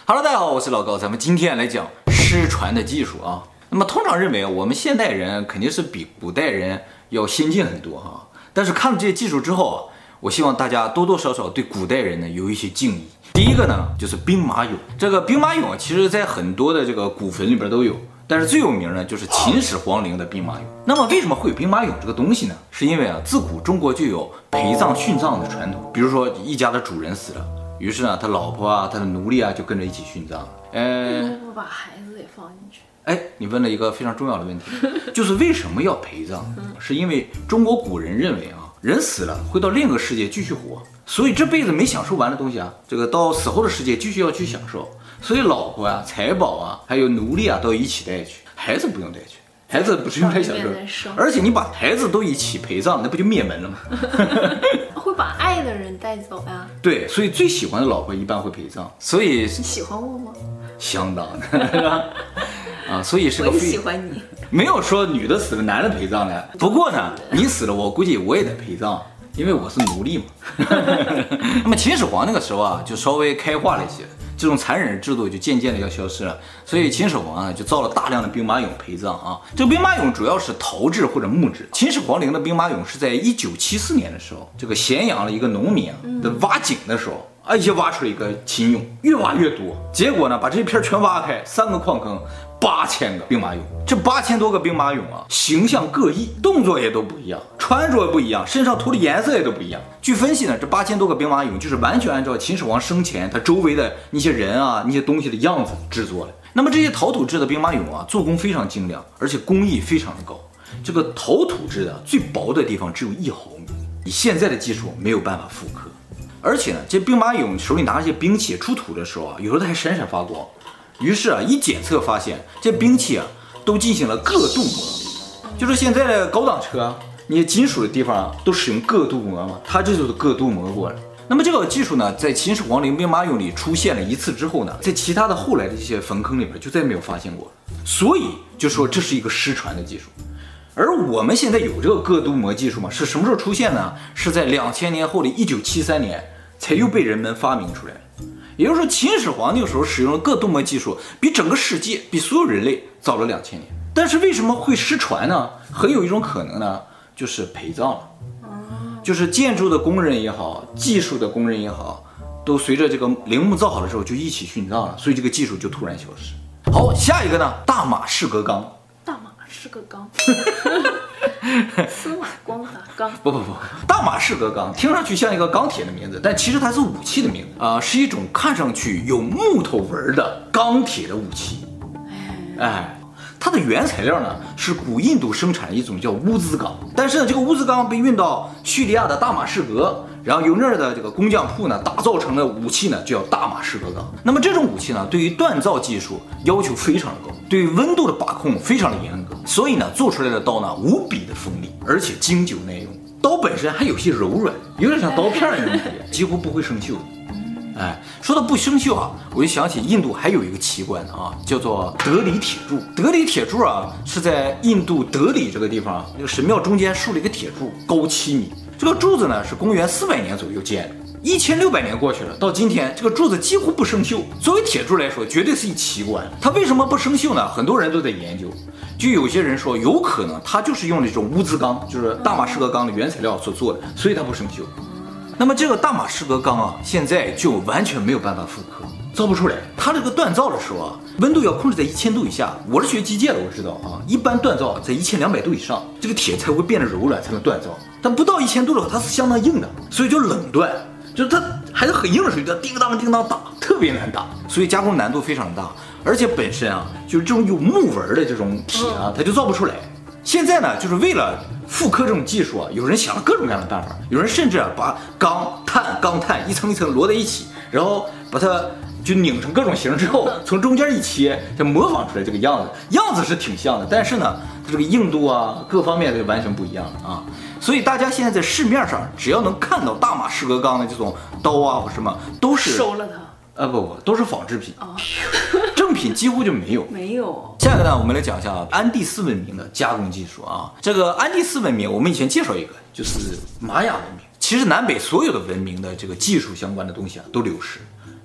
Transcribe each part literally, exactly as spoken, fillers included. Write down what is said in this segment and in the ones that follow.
Hello， 大家好，我是老高，咱们今天来讲失传的技术啊。那么通常认为，我们现代人肯定是比古代人要先进很多哈。但是看了这些技术之后啊，我希望大家多多少少对古代人呢有一些敬意。第一个呢，就是兵马俑。这个兵马俑啊，其实在很多的这个古坟里边都有。但是最有名呢，就是秦始皇陵的兵马俑。那么为什么会有兵马俑这个东西呢？是因为啊，自古中国就有陪葬殉葬的传统。比如说一家的主人死了，于是呢，他老婆啊，他的奴隶啊，就跟着一起殉葬。呃， 不把孩子也放进去？ 哎，你问了一个非常重要的问题，就是为什么要陪葬？是因为中国古人认为啊，人死了会到另一个世界继续活，所以这辈子没享受完的东西啊，这个到死后的世界继续要去享受。所以老婆啊、财宝啊，还有奴隶啊，都一起带去，孩子不用带去，孩子不是用来享受，而且你把孩子都一起陪葬，那不就灭门了吗？ 会把爱的人带走呀。 对，所以最喜欢的老婆一般会陪葬。所以你喜欢我吗？ 相当的啊，所以是个我也喜欢你。 没有说女的死了男的陪葬的。不过呢，你死了，我估计我也得陪葬，因为我是奴隶嘛。那么秦始皇那个时候啊，就稍微开化了一些。这种残忍的制度就渐渐的要消失了，所以秦始皇啊就造了大量的兵马俑陪葬啊。这个兵马俑主要是陶制或者木质。秦始皇陵的兵马俑是在一九七四年的时候，这个咸阳的一个农民啊在挖井的时候，啊一下挖出了一个秦俑，越挖越多，结果呢把这片全挖开，三个矿坑，八千个兵马俑。这八千多个兵马俑啊，形象各异，动作也都不一样，穿着也不一样，身上涂的颜色也都不一样。据分析呢，这八千多个兵马俑就是完全按照秦始皇生前他周围的那些人啊、那些东西的样子制作的。那么这些陶土制的兵马俑啊，做工非常精良，而且工艺非常的高。这个陶土制的最薄的地方只有一毫米，以现在的技术没有办法复刻。而且呢，这兵马俑手里拿一些兵器出土的时候啊，有时候它还闪闪发光。于是啊，一检测发现这兵器啊都进行了铬镀膜，就是现在的高档车，你金属的地方啊都使用铬镀膜嘛，它这就是铬镀膜过来。那么这个技术呢，在秦始皇陵兵马俑里出现了一次之后呢，在其他的后来的这些坟坑里边就再没有发现过，所以就说这是一个失传的技术。而我们现在有这个铬镀膜技术吗？是什么时候出现呢？是在两千年后的一九七三年才又被人们发明出来的。也就是说，秦始皇那个时候使用的铬镀膜技术，比整个世界、比所有人类早了两千年。但是为什么会失传呢？很有一种可能呢，就是陪葬了。就是建筑的工人也好，技术的工人也好，都随着这个陵墓造好的时候就一起殉葬了，所以这个技术就突然消失。好，下一个呢，大马士革钢。 大马士革钢。司马光大钢。 不不不，大马士革钢听上去像一个钢铁的名字，但其实它是武器的名字啊、呃，是一种看上去有木头纹的钢铁的武器。哎。它的原材料呢是古印度生产的一种叫乌兹钢，但是呢这个乌兹钢被运到叙利亚的大马士革，然后由那儿的这个工匠铺呢打造成了武器呢，就叫大马士革钢。那么这种武器呢，对于锻造技术要求非常的高，对于温度的把控非常的严格，所以呢做出来的刀呢无比的锋利，而且经久耐用。刀本身还有些柔软，有点像刀片那种感觉，几乎不会生锈。哎，说到不生锈啊，我就想起印度还有一个奇观啊，叫做德里铁柱。德里铁柱啊，是在印度德里这个地方，这个神庙中间竖了一个铁柱，高七米。这个柱子呢是公元四百年左右建的，一千六百年过去了，到今天这个柱子几乎不生锈。作为铁柱来说，绝对是一奇观。它为什么不生锈呢？很多人都在研究，就有些人说，有可能它就是用那种乌兹钢，就是大马士革钢的原材料所做的，所以它不生锈。那么这个大马士革钢啊，现在就完全没有办法复刻，造不出来。它这个锻造的时候啊，温度要控制在一千度以下。我是学机械的，我知道啊，一般锻造在一千两百度以上，这个铁才会变得柔软，才能锻造。但不到一千度的话，它是相当硬的，所以就冷锻，就是它还是很硬的时候，就叮当叮当打，特别难打，所以加工难度非常大。而且本身啊，就是这种有木纹的这种铁啊，它就造不出来。现在呢，就是为了复刻这种技术啊，有人想了各种各样的办法，有人甚至啊把钢碳、钢碳一层一层摞在一起，然后把它就拧成各种形之后，从中间一切，就模仿出来这个样子。样子是挺像的，但是呢，它这个硬度啊各方面就完全不一样了啊。所以大家现在在市面上只要能看到大马士革钢的这种刀啊或什么，都是收了它。 呃不不，都是仿制品啊，正品几乎就没有。 没有。 下一个呢，我们来讲一下安第斯文明的加工技术啊。这个安第斯文明，我们以前介绍一个，就是玛雅文明。其实南北所有的文明的这个技术相关的东西啊，都流失。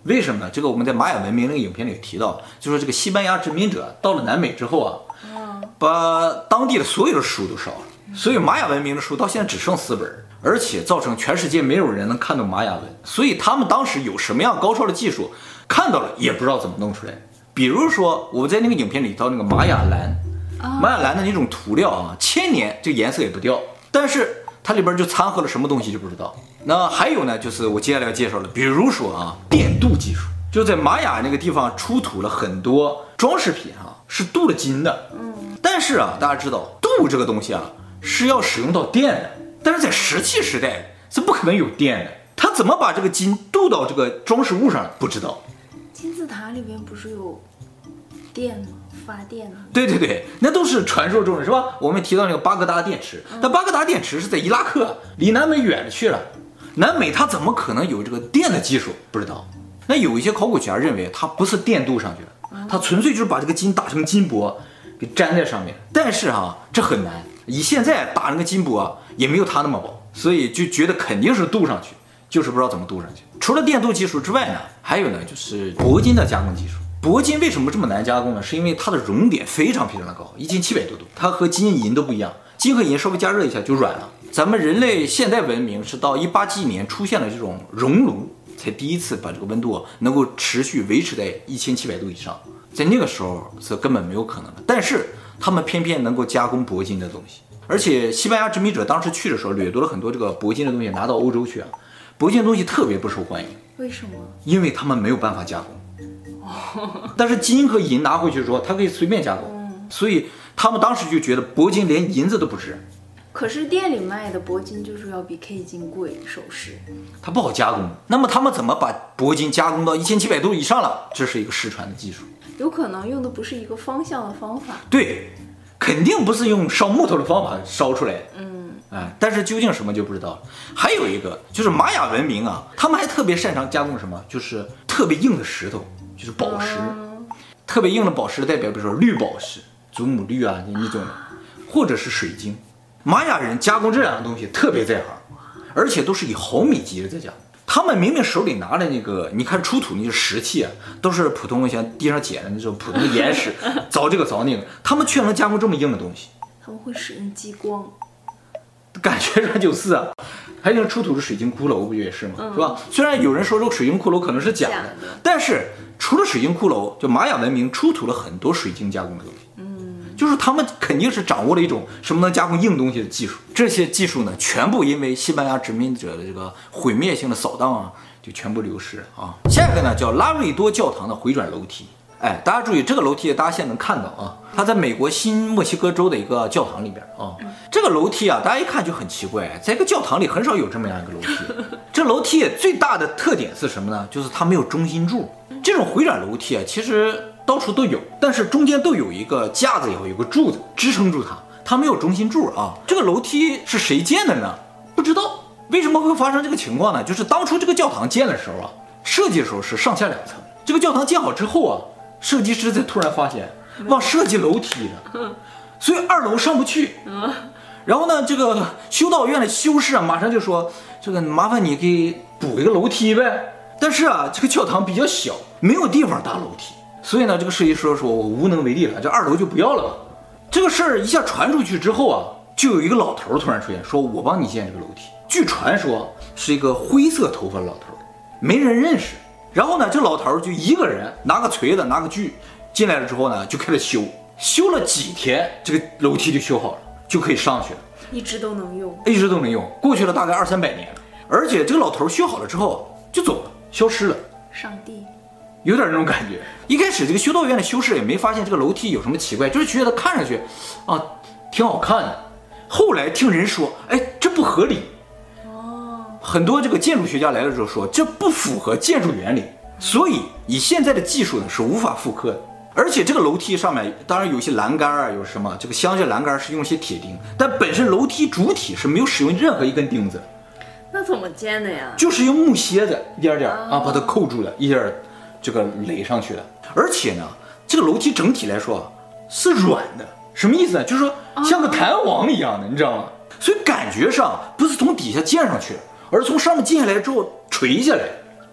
为什么呢？这个我们在玛雅文明那个影片里有提到，就说这个西班牙殖民者到了南美之后啊，把当地的所有的书都烧了，所以玛雅文明的书到现在只剩四本，而且造成全世界没有人能看懂玛雅文。所以他们当时有什么样高超的技术，看到了也不知道怎么弄出来。比如说我在那个影片里提到那个玛雅蓝，玛雅蓝的那种涂料啊，千年这个颜色也不掉，但是它里边就掺和了什么东西就不知道。那还有呢，就是我接下来要介绍的，比如说啊，电镀技术，就在玛雅那个地方出土了很多装饰品啊，是镀了金的。嗯，但是啊，大家知道镀这个东西啊是要使用到电的，但是在石器时代是不可能有电的，它怎么把这个金镀到这个装饰物上不知道。 金字塔里边不是有电吗？发电的？ 对对对，那都是传说中的，是吧？我们提到那个巴格达电池，但巴格达电池是在伊拉克，离南美远了去了。南美它怎么可能有这个电的技术？不知道。那有一些考古学家认为它不是电镀上去的，它纯粹就是把这个金打成金箔给粘在上面。但是啊，这很难，以现在打那个金箔、啊、也没有它那么薄，所以就觉得肯定是镀上去，就是不知道怎么镀上去。除了电镀技术之外呢，还有呢就是铂金的加工技术。铂金为什么这么难加工呢？是因为它的熔点非常非常的高，一千七百多度，它和金银都不一样，金和银稍微加热一下就软了。咱们人类现代文明是到一八几年出现了这种熔炉，才第一次把这个温度能够持续维持在一千七百度以上，在那个时候是根本没有可能的。但是他们偏偏能够加工铂金的东西，而且西班牙殖民者当时去的时候掠夺了很多这个铂金的东西拿到欧洲去啊，铂金的东西特别不受欢迎。 为什么？因为他们没有办法加工。但是金和银拿回去之后，它可以随便加工，所以他们当时就觉得铂金连银子都不值。 可是店里卖的铂金就是要比 K 金贵，首饰它不好加工。那么他们怎么把铂金加工到一千七百度以上了？这是一个失传的技术， 有可能用的不是一个方向的方法。 对，肯定不是用烧木头的方法烧出来的。嗯，哎，但是究竟什么就不知道了。还有一个就是玛雅文明啊，他们还特别擅长加工什么？就是特别硬的石头。就是宝石，嗯、特别硬的宝石代表，比如说绿宝石、祖母绿啊那种的，或者是水晶。玛雅人加工这两个东西特别在行，而且都是以毫米级的在加。他们明明手里拿的那个，你看出土那些石器啊，都是普通像地上捡的那种普通的岩石，凿这个凿那个，他们却能加工这么硬的东西。 他们会使用激光， 感觉上就是啊。还有出土的水晶骷髅不也是吗？嗯、是吧？虽然有人说这个水晶骷髅可能是假的，假的但是除了水晶骷髅，就玛雅文明出土了很多水晶加工的东西。嗯，就是他们肯定是掌握了一种什么能加工硬东西的技术。这些技术呢，全部因为西班牙殖民者的这个毁灭性的扫荡啊，就全部流失啊。下一个呢，叫拉瑞多教堂的回转楼梯。哎，大家注意，这个楼梯大家现在能看到啊，它在美国新墨西哥州的一个教堂里边啊。这个楼梯啊，大家一看就很奇怪，在一个教堂里很少有这么样一个楼梯。这楼梯最大的特点是什么呢？就是它没有中心柱。这种回转楼梯啊，其实到处都有，但是中间都有一个架子，也有一个柱子支撑住它，它没有中心柱啊。这个楼梯是谁建的呢？不知道。为什么会发生这个情况呢？就是当初这个教堂建的时候啊，设计的时候是上下两层。这个教堂建好之后啊，设计师才突然发现忘设计楼梯了，所以二楼上不去。然后呢，这个修道院的修士啊，马上就说：“这个麻烦你给补一个楼梯呗。”但是啊，这个教堂比较小，没有地方搭楼梯，所以呢，这个设计师说：“我无能为力了，这二楼就不要了吧。”这个事儿一下传出去之后啊，就有一个老头突然出现，说：“我帮你建这个楼梯。”据传说是一个灰色头发的老头，没人认识。然后呢，这老头就一个人拿个锤子，拿个锯进来了之后呢，就开始修，修了几天，这个楼梯就修好了。就可以上去了， 一直都能用， 一直都能用。过去了大概二三百年了，而且这个老头修好了之后就走了，消失了。 上帝， 有点那种感觉。一开始这个修道院的修士也没发现这个楼梯有什么奇怪，就是觉得看上去啊挺好看的。后来听人说，哎，这不合理。哦，很多这个建筑学家来了之后说，这不符合建筑原理，所以以现在的技术呢是无法复刻的。而且这个楼梯上面当然有些栏杆啊，有什么这个镶嵌栏杆是用一些铁钉，但本身楼梯主体是没有使用任何一根钉子。 那怎么建的呀？ 就是用木楔子一点点啊把它扣住了，一点这个垒上去了。而且呢，这个楼梯整体来说是软的，什么意思呢？就是说像个弹簧一样的，你知道吗？所以感觉上不是从底下建上去，而是从上面建下来之后垂下来。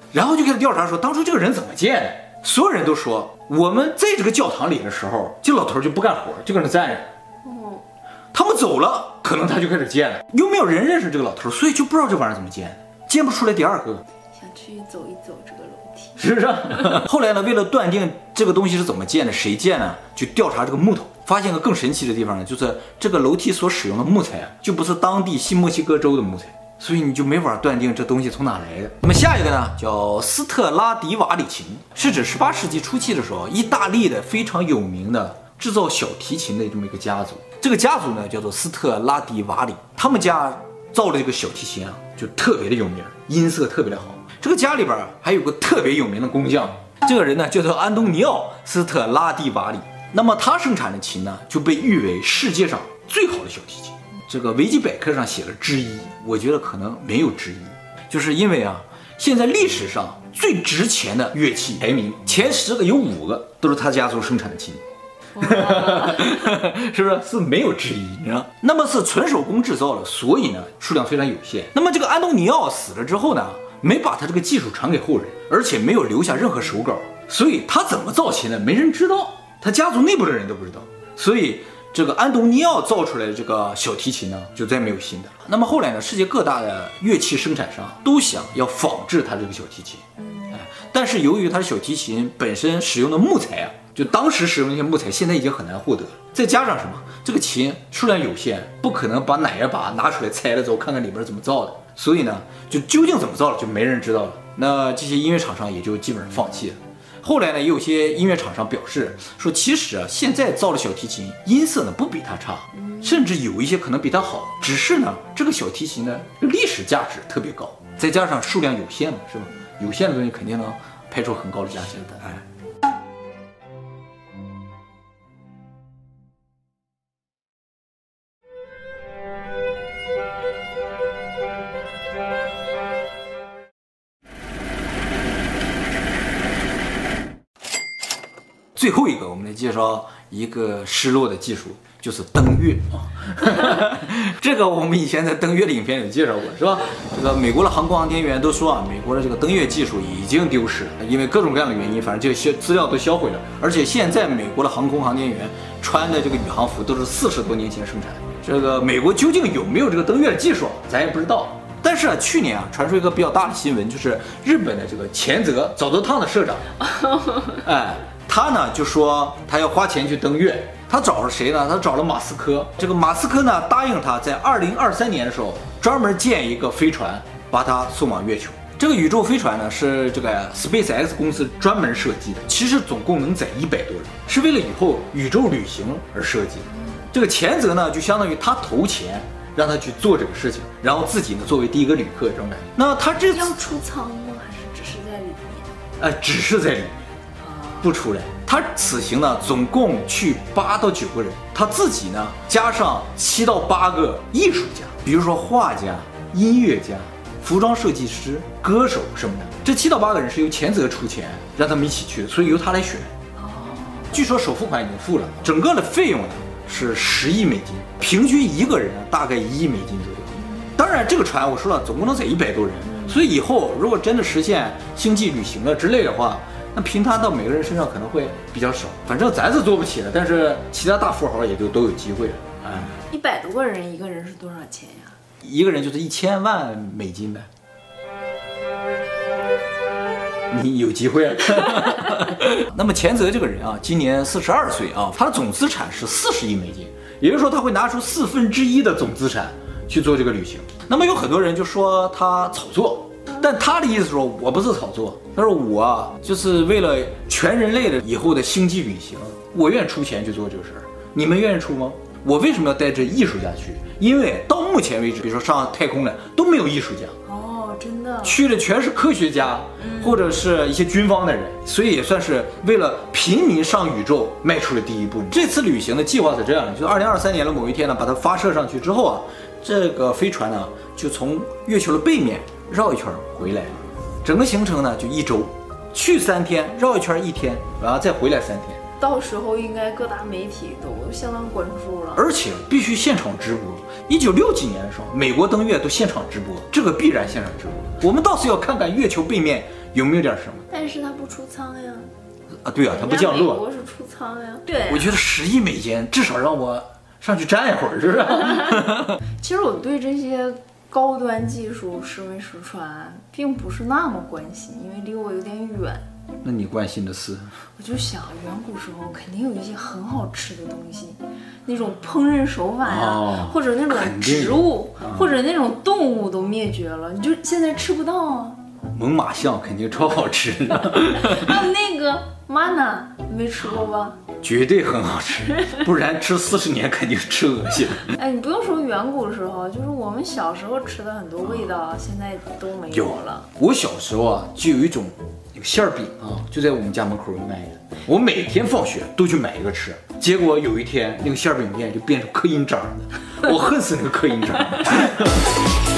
然后就开始调查说当初这个人怎么建的。所有人都说我们在这个教堂里的时候，这老头就不干活，就搁那站着。 哦， 他们走了，可能他就开始建了。又没有人认识这个老头，所以就不知道这玩意儿怎么建的，建不出来第二个。 想去走一走这个楼梯， 是不是？后来呢，为了断定这个东西是怎么建的，谁建呢，就调查这个木头，发现个更神奇的地方呢，就是这个楼梯所使用的木材啊，就不是当地新墨西哥州的木材，所以你就没法断定这东西从哪来的。那么下一个呢，叫斯特拉迪瓦里琴，是指十八世纪初期的时候，意大利的非常有名的制造小提琴的这么一个家族。这个家族呢叫做斯特拉迪瓦里，他们家造的这个小提琴啊，就特别的有名，音色特别的好。这个家里边还有个特别有名的工匠，这个人呢叫做安东尼奥·斯特拉蒂瓦里。那么他生产的琴呢，就被誉为世界上最好的小提琴。这个维基百科上写了之一，我觉得可能没有之一，就是因为啊，现在历史上最值钱的乐器排名前十个有五个都是他家族生产的琴。是不是是没有之一？你知道，那么是纯手工制造的，所以呢数量非常有限。那么这个安东尼奥死了之后呢，没把他这个技术传给后人，而且没有留下任何手稿，所以他怎么造琴的没人知道，他家族内部的人都不知道。所以这个安东尼奥造出来的这个小提琴呢，就再没有新的了。那么后来呢，世界各大的乐器生产商都想要仿制他这个小提琴，哎，但是由于他的小提琴本身使用的木材啊，就当时使用的那些木材，现在已经很难获得了。再加上什么，这个琴数量有限，不可能把哪一把拿出来拆了之后看看里边怎么造的，所以呢，就究竟怎么造的就没人知道了。那这些音乐厂商也就基本上放弃了。后来呢，也有些音乐厂商表示说，其实啊，现在造的小提琴音色呢不比它差，甚至有一些可能比它好，只是呢，这个小提琴呢历史价值特别高，再加上数量有限嘛，是吧？有限的东西肯定能拍出很高的价钱的，哎。最后一个，我们来介绍一个失落的技术，就是登月啊。这个我们以前在登月的影片有介绍过，是吧？这个美国的航空航天员都说啊，美国的这个登月技术已经丢失了，因为各种各样的原因，反正这些资料都销毁了。而且现在美国的航空航天员穿的这个宇航服都是四十多年前生产的。这个美国究竟有没有这个登月的技术，咱也不知道。但是啊，去年啊，传出一个比较大的新闻，就是日本的这个前泽早泽烫的社长，哎。他呢就说他要花钱去登月，他找了谁呢？他找了马斯克。这个马斯克呢答应他在二零二三年的时候专门建一个飞船，把它送往月球。这个宇宙飞船呢是这个 SpaceX 公司专门设计的，其实总共能载一百多人，是为了以后宇宙旅行而设计的。这个前泽呢就相当于他投钱让他去做这个事情，然后自己呢作为第一个旅客这种感觉。那他这要出舱吗？还是只是在里面？ 哎，只是在里面。不出来，他此行呢总共去八到九个人，他自己呢加上七到八个艺术家，比如说画家、音乐家、服装设计师、歌手什么的。这七到八个人是由前泽出钱让他们一起去的，所以由他来选。哦，据说首付款已经付了，整个的费用呢是十亿美金，平均一个人大概一亿美金左右。当然，这个船我说了，总共能载一百多人，所以以后如果真的实现星际旅行了之类的话。那平摊到每个人身上可能会比较少，反正咱是做不起了，但是其他大富豪也就都有机会了。哎， 一百多个人，一个人是多少钱呀？ 一个人就是一千万美金呗。你有机会了。那么前泽这个人啊，今年四十二岁啊，他的总资产是四十亿美金，也就是说他会拿出四分之一的总资产去做这个旅行。那么有很多人就说他炒作。但他的意思说，我不是炒作，他说我啊，就是为了全人类的以后的星际旅行，我愿意出钱去做这个事儿。你们愿意出吗？我为什么要带着艺术家去？因为到目前为止，比如说上太空的都没有艺术家。 哦，真的， 去的全是科学家，或者是一些军方的人，所以也算是为了平民上宇宙迈出了第一步。这次旅行的计划是这样的，就是二零二三年的某一天呢，把它发射上去之后啊，这个飞船呢就从月球的背面绕一圈回来，整个行程呢就一周，去三天，绕一圈一天，然后再回来三天。 到时候应该各大媒体都相当关注了， 而且必须现场直播。一九六几年的时候，美国登月都现场直播，这个必然现场直播。我们倒是要看看月球背面有没有点什么？ 但是它不出仓呀。 啊，对啊，它不降落。 美国是出仓呀。对。 我觉得十亿美金至少让我上去站一会儿，是不是？ 其实我对这些高端技术实闻实传并不是那么关心，因为离我有点远。 那你关心的是？ 我就想，远古时候肯定有一些很好吃的东西，那种烹饪手法呀、 哦， 或者那种植物，或者那种动物都灭绝了，你就现在吃不到啊。 猛犸象肯定超好吃的。 还有那个玛娜，没吃过吧？ 绝对很好吃，不然吃四十年肯定吃恶心。 哎，你不用说远古的时候，就是我们小时候吃的很多味道，现在都没有了。 我小时候啊，就有一种那个馅儿饼啊，就在我们家门口卖的，我每天放学都去买一个吃。结果有一天，那个馅儿饼店就变成刻印章的，我恨死那个刻印章。